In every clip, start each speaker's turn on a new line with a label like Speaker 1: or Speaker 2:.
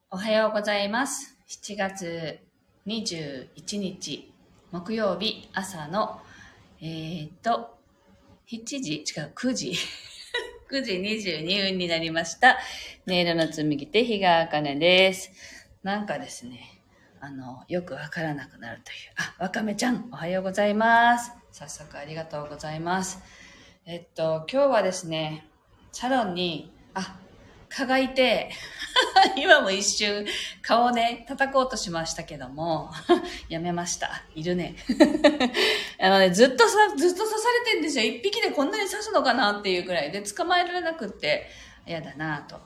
Speaker 1: おはようございます。7月21日木曜日朝の7時違う9時9時22分になりました。音色の紡ぎ手日川茜です。なんかですね、よくわからなくなるという。わかめちゃんおはようございます。早速ありがとうございます。今日はですね、サロンに蚊がいて今も一瞬顔をね叩こうとしましたけどもやめました。いるねずっと刺されてんですよ。一匹でこんなに刺すのかなっていうくらいで捕まえられなくって嫌だなと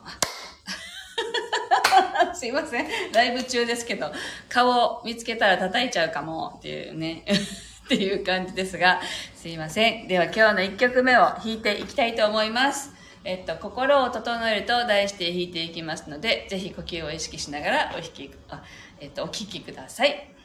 Speaker 1: すいません、ライブ中ですけど顔見つけたら叩いちゃうかもっていうねっていう感じですが、すいません。では今日の1曲目を弾いていきたいと思います。心を整えると題して弾いていきますので、ぜひ呼吸を意識しながらお聴きください。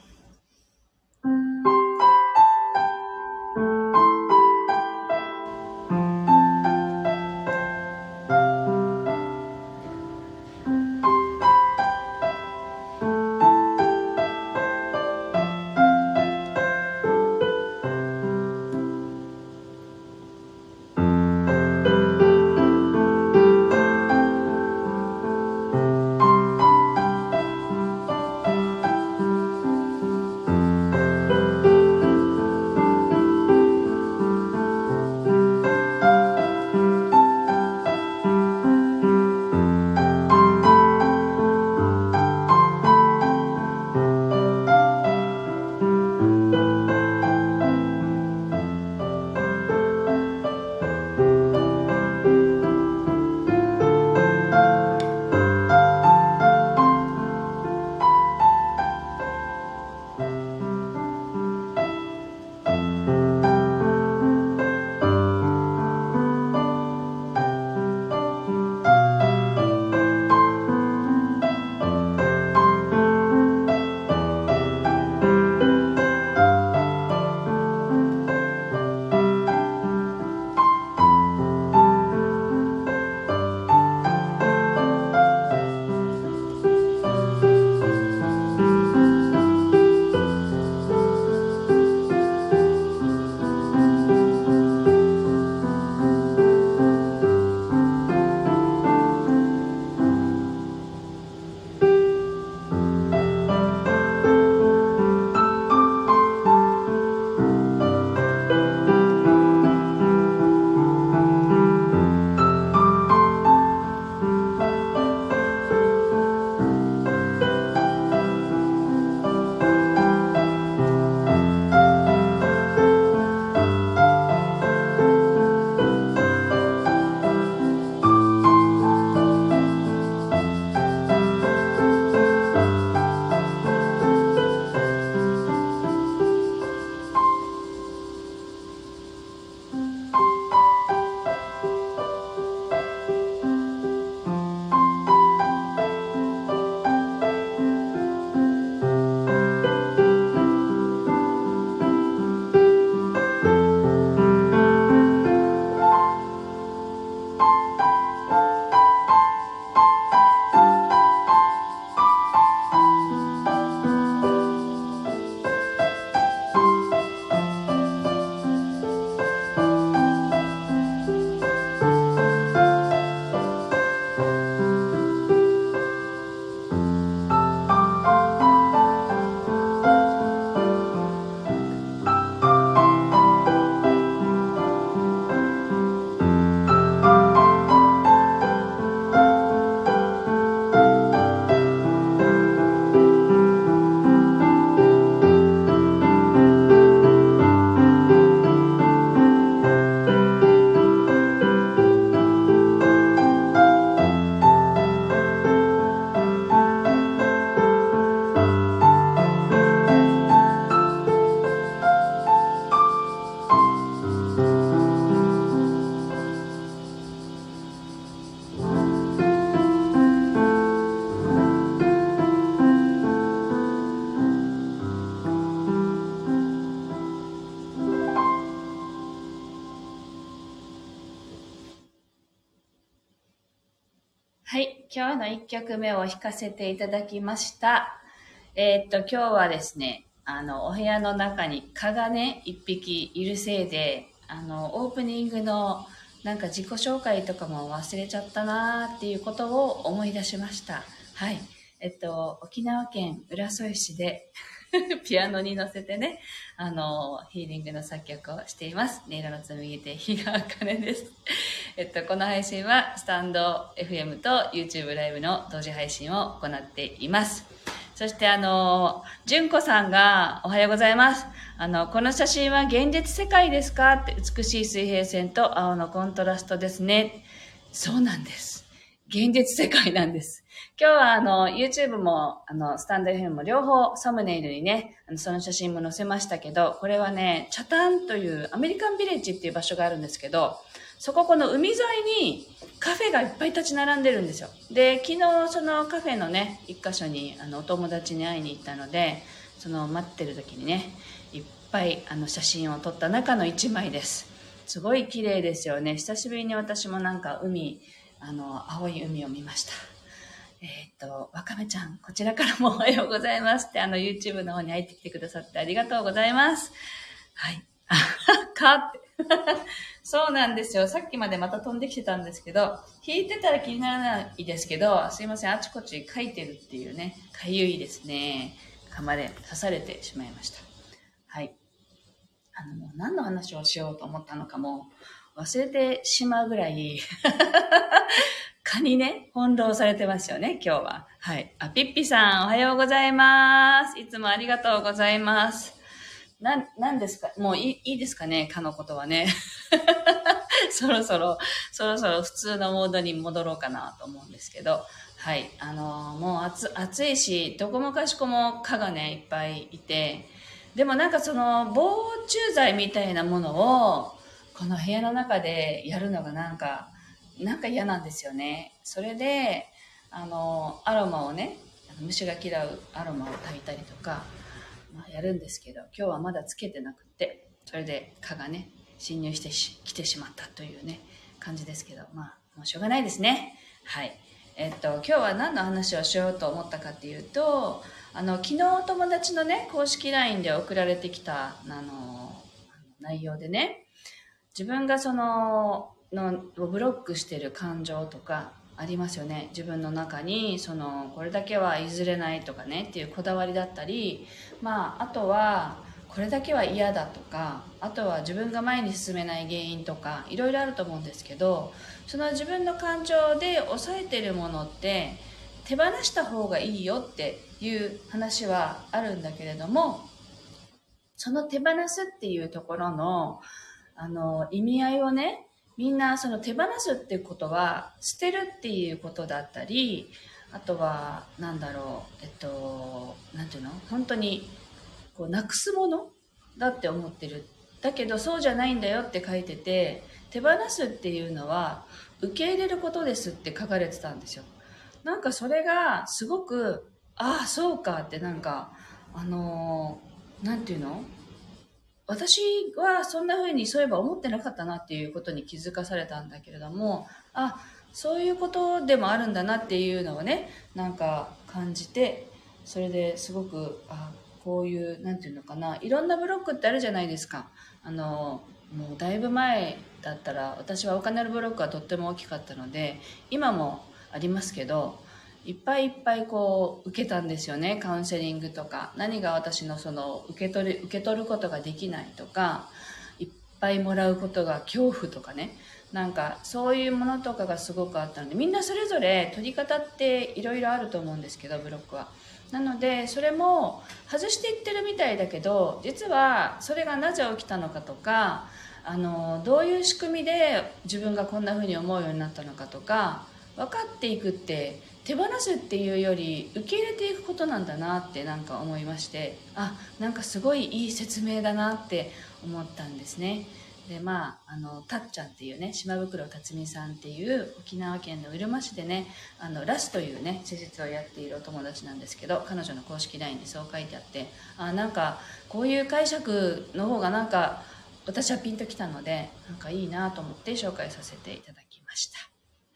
Speaker 1: はい、今日の1曲目を弾かせていただきました。今日はですね、お部屋の中に蚊がね、1匹いるせいで、オープニングのなんか自己紹介とかも忘れちゃったなーっていうことを思い出しました。はい。沖縄県浦添市でピアノに乗せてね、ヒーリングの作曲をしています。音色の紡ぎ手、日川茜です。この配信はスタンド FM と YouTube ライブの同時配信を行っています。そして純子さんがおはようございます。この写真は現実世界ですかって、美しい水平線と青のコントラストですね。そうなんです。現実世界なんです。今日はYouTube もスタンド FM も両方サムネイルにね、その写真も載せましたけど、これはね、チャタンというアメリカンビレッジっていう場所があるんですけど、そこの海沿いにカフェがいっぱい立ち並んでるんですよ。で、昨日そのカフェのね、一箇所にお友達に会いに行ったので、その待ってる時にね、いっぱい写真を撮った中の一枚です。すごい綺麗ですよね。久しぶりに私もなんか青い海を見ました。わかめちゃん、こちらからもおはようございますって、YouTube の方に入ってきてくださってありがとうございます。はい。かって。そうなんですよ。さっきまでまた飛んできてたんですけど、弾いてたら気にならないですけど、すいません、あちこち書いてるっていうね、かゆいですね。噛まれ、刺されてしまいました。はい。もう何の話をしようと思ったのかも忘れてしまうぐらい蚊にね、翻弄されてますよね、今日は。はい。ピッピさん、おはようございます。いつもありがとうございます。なんですか、もういいですかね、蚊のことはね。そろそろ普通のモードに戻ろうかなと思うんですけど、はい。もう暑いし、どこもかしこも蚊がね、いっぱいいて、でもなんかその防虫剤みたいなものをこの部屋の中でやるのがなんか嫌なんですよね。それでアロマをね、虫が嫌うアロマを炊いたりとか、やるんですけど、今日はまだつけてなくて、それで蚊がね侵入してきてしまったというね感じですけど、もうしょうがないですね。はい。今日は何の話をしようと思ったかっていうと、昨日お友達のね、公式 LINE で送られてきた、内容でね、自分がブロックしてる感情とかありますよね。自分の中に、これだけは譲れないとかね、っていうこだわりだったり、あとは、これだけは嫌だとか、あとは自分が前に進めない原因とか、いろいろあると思うんですけど、その自分の感情で抑えてるものって手放した方がいいよっていう話はあるんだけれども、その手放すっていうところの意味合いをね、みんなその手放すっていうことは捨てるっていうことだったり、あとはなんだろう、なんていうの、本当にこうなくすものだって思ってる。だけどそうじゃないんだよって書いてて、手放すっていうのは受け入れることですって書かれてたんですよ。なんかそれがすごく、ああそうかって、なんかなんていうの、私はそんな風にそういえば思ってなかったなっていうことに気づかされたんだけれども、そういうことでもあるんだなっていうのをね、なんか感じて、それですごく、こういう、なんていうのかな、いろんなブロックってあるじゃないですか。もうだいぶ前だったら、私はお金のブロックはとっても大きかったので、今もありますけど、いっぱいいっぱいこう受けたんですよね。カウンセリングとか、何が私の受け取ることができないとか、いっぱいもらうことが恐怖とかね、なんかそういうものとかがすごくあったので、みんなそれぞれ取り方っていろいろあると思うんですけど、ブロックは。なのでそれも外していってるみたいだけど、実はそれがなぜ起きたのかとか、どういう仕組みで自分がこんな風に思うようになったのかとか分かっていくって、手放すっていうより受け入れていくことなんだなってなんか思いまして、なんかすごいいい説明だなって思ったんですね。でたっちゃんっていうね、島袋辰巳さんっていう沖縄県のうるま市でね、ラスというね施術をやっているお友達なんですけど、彼女の公式 LINE にそう書いてあって、なんかこういう解釈の方がなんか私はピンときたので、なんかいいなと思って紹介させていただきました。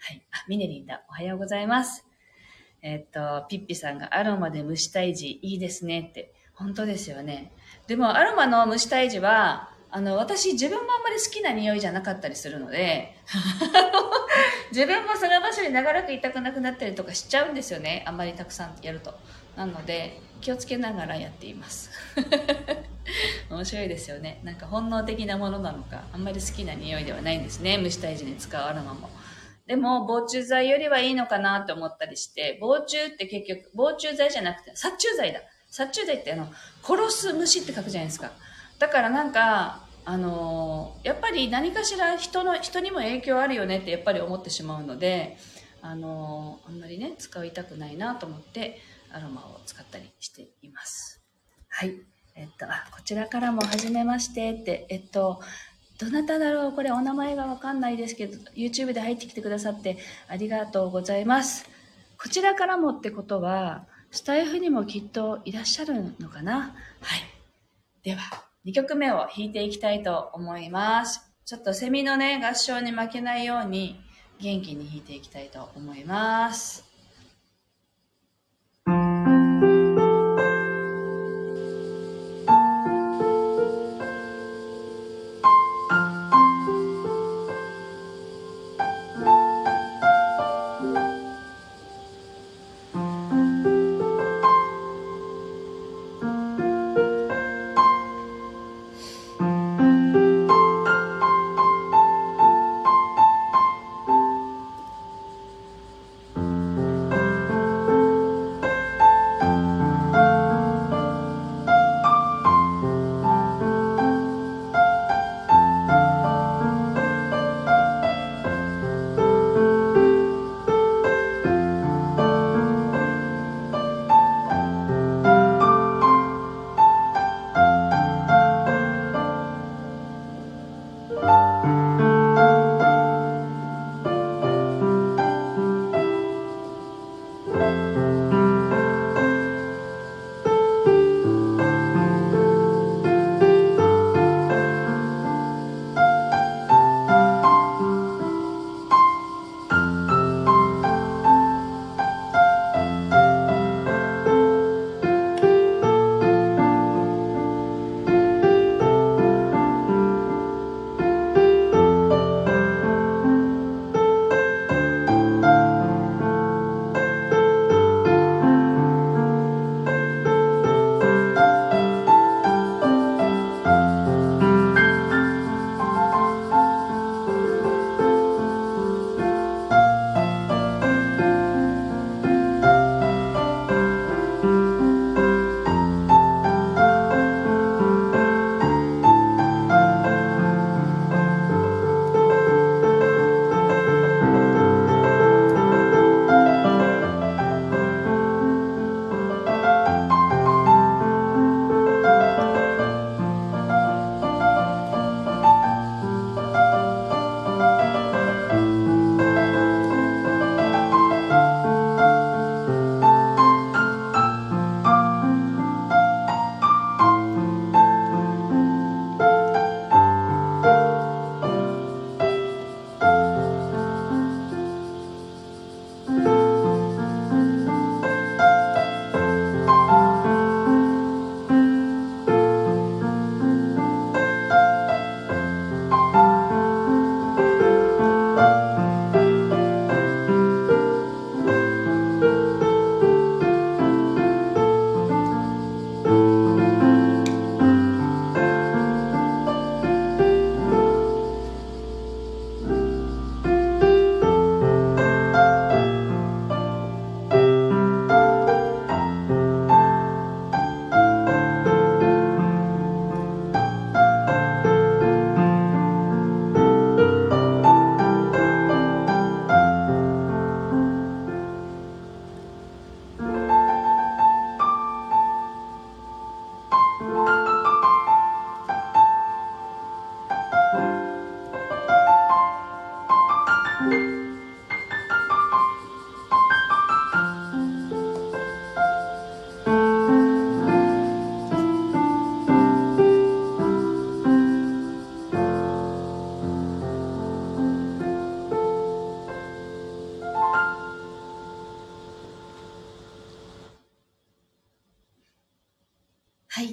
Speaker 1: はい。あ、ミネリンだ。おはようございます。ピッピさんがアロマで蒸したい字いいですねって。本当ですよね。でもアロマの蒸したい字は、私自分もあんまり好きな匂いじゃなかったりするので、自分もその場所に長らくいたくなくなったりとかしちゃうんですよね。あんまりたくさんやると。なので、気をつけながらやっています。面白いですよね。なんか本能的なものなのか、あんまり好きな匂いではないんですね。蒸したい時に使うアロマも。でも、防虫剤よりはいいのかなって思ったりして、防虫って結局、防虫剤じゃなくて、殺虫剤だ。殺虫剤って殺す虫って書くじゃないですか。だからなんか、やっぱり何かしら人にも影響あるよねってやっぱり思ってしまうので、あんまりね、使いたくないなと思って、アロマを使ったりしています。はい。こちらからもはじめましてって、どなただろうこれお名前がわかんないですけど、YouTube で入ってきてくださってありがとうございます。こちらからもってことは、スタイフにもきっといらっしゃるのかな。はい。では、2曲目を弾いていきたいと思います。ちょっとセミのね、合唱に負けないように元気に弾いていきたいと思います。 、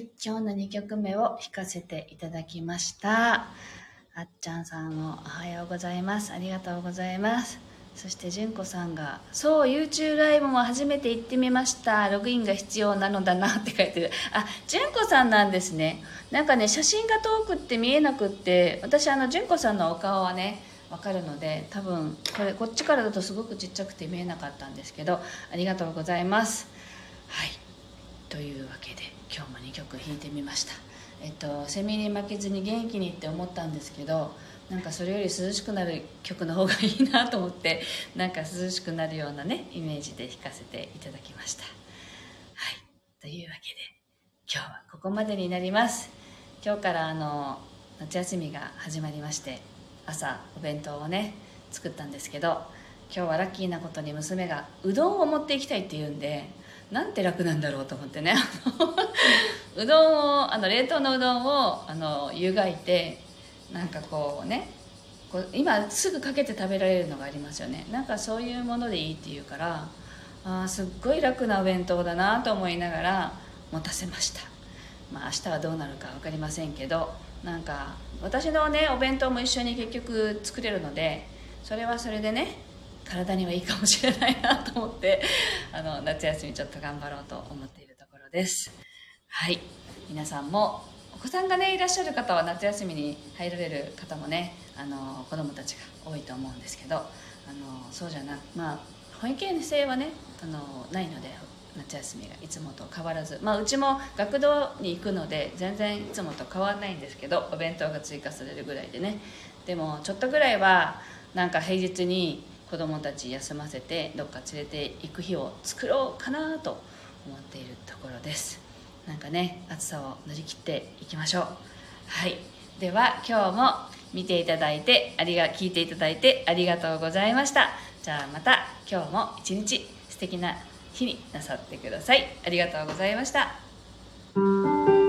Speaker 1: 今日の2曲目を弾かせていただきました。あっちゃんさんもおはようございます。ありがとうございます。そして純子さんが、そう YouTube ライブも初めて行ってみました。ログインが必要なのだなって書いてる。あ、純子さんなんですね。なんかね、写真が遠くって見えなくって、私純子さんのお顔はねわかるので、多分こっちからだとすごくちっちゃくて見えなかったんですけど、ありがとうございます。はい、というわけで今日も2曲弾いてみました。セミに負けずに元気にって思ったんですけど、なんかそれより涼しくなる曲の方がいいなと思って、なんか涼しくなるようなねイメージで弾かせていただきました。はい、というわけで今日はここまでになります。今日から夏休みが始まりまして、朝お弁当をね作ったんですけど、今日はラッキーなことに娘がうどんを持っていきたいって言うんで、なんて楽なんだろうと思ってねうどんを冷凍のうどんを湯がいて、なんかこうね、今すぐかけて食べられるのがありますよね。なんかそういうものでいいって言うから、すっごい楽なお弁当だなと思いながら持たせました。まあ明日はどうなるか分かりませんけど、なんか私のねお弁当も一緒に結局作れるので、それはそれでね体にはいいかもしれないなと思って夏休みちょっと頑張ろうと思っているところです。はい、皆さんもお子さんがねいらっしゃる方は、夏休みに入られる方もね子供たちが多いと思うんですけど、そうじゃな、まあ保育園生はねないので、夏休みがいつもと変わらず、うちも学童に行くので全然いつもと変わらないんですけど、お弁当が追加されるぐらいでね。でもちょっとぐらいはなんか平日に子供たち休ませてどっか連れて行く日を作ろうかなと思っているところです。なんかね、暑さを乗り切っていきましょう。はい、では今日も見ていただいて聞いていただいてありがとうございました。じゃあまた今日も一日素敵な日になさってください。ありがとうございました。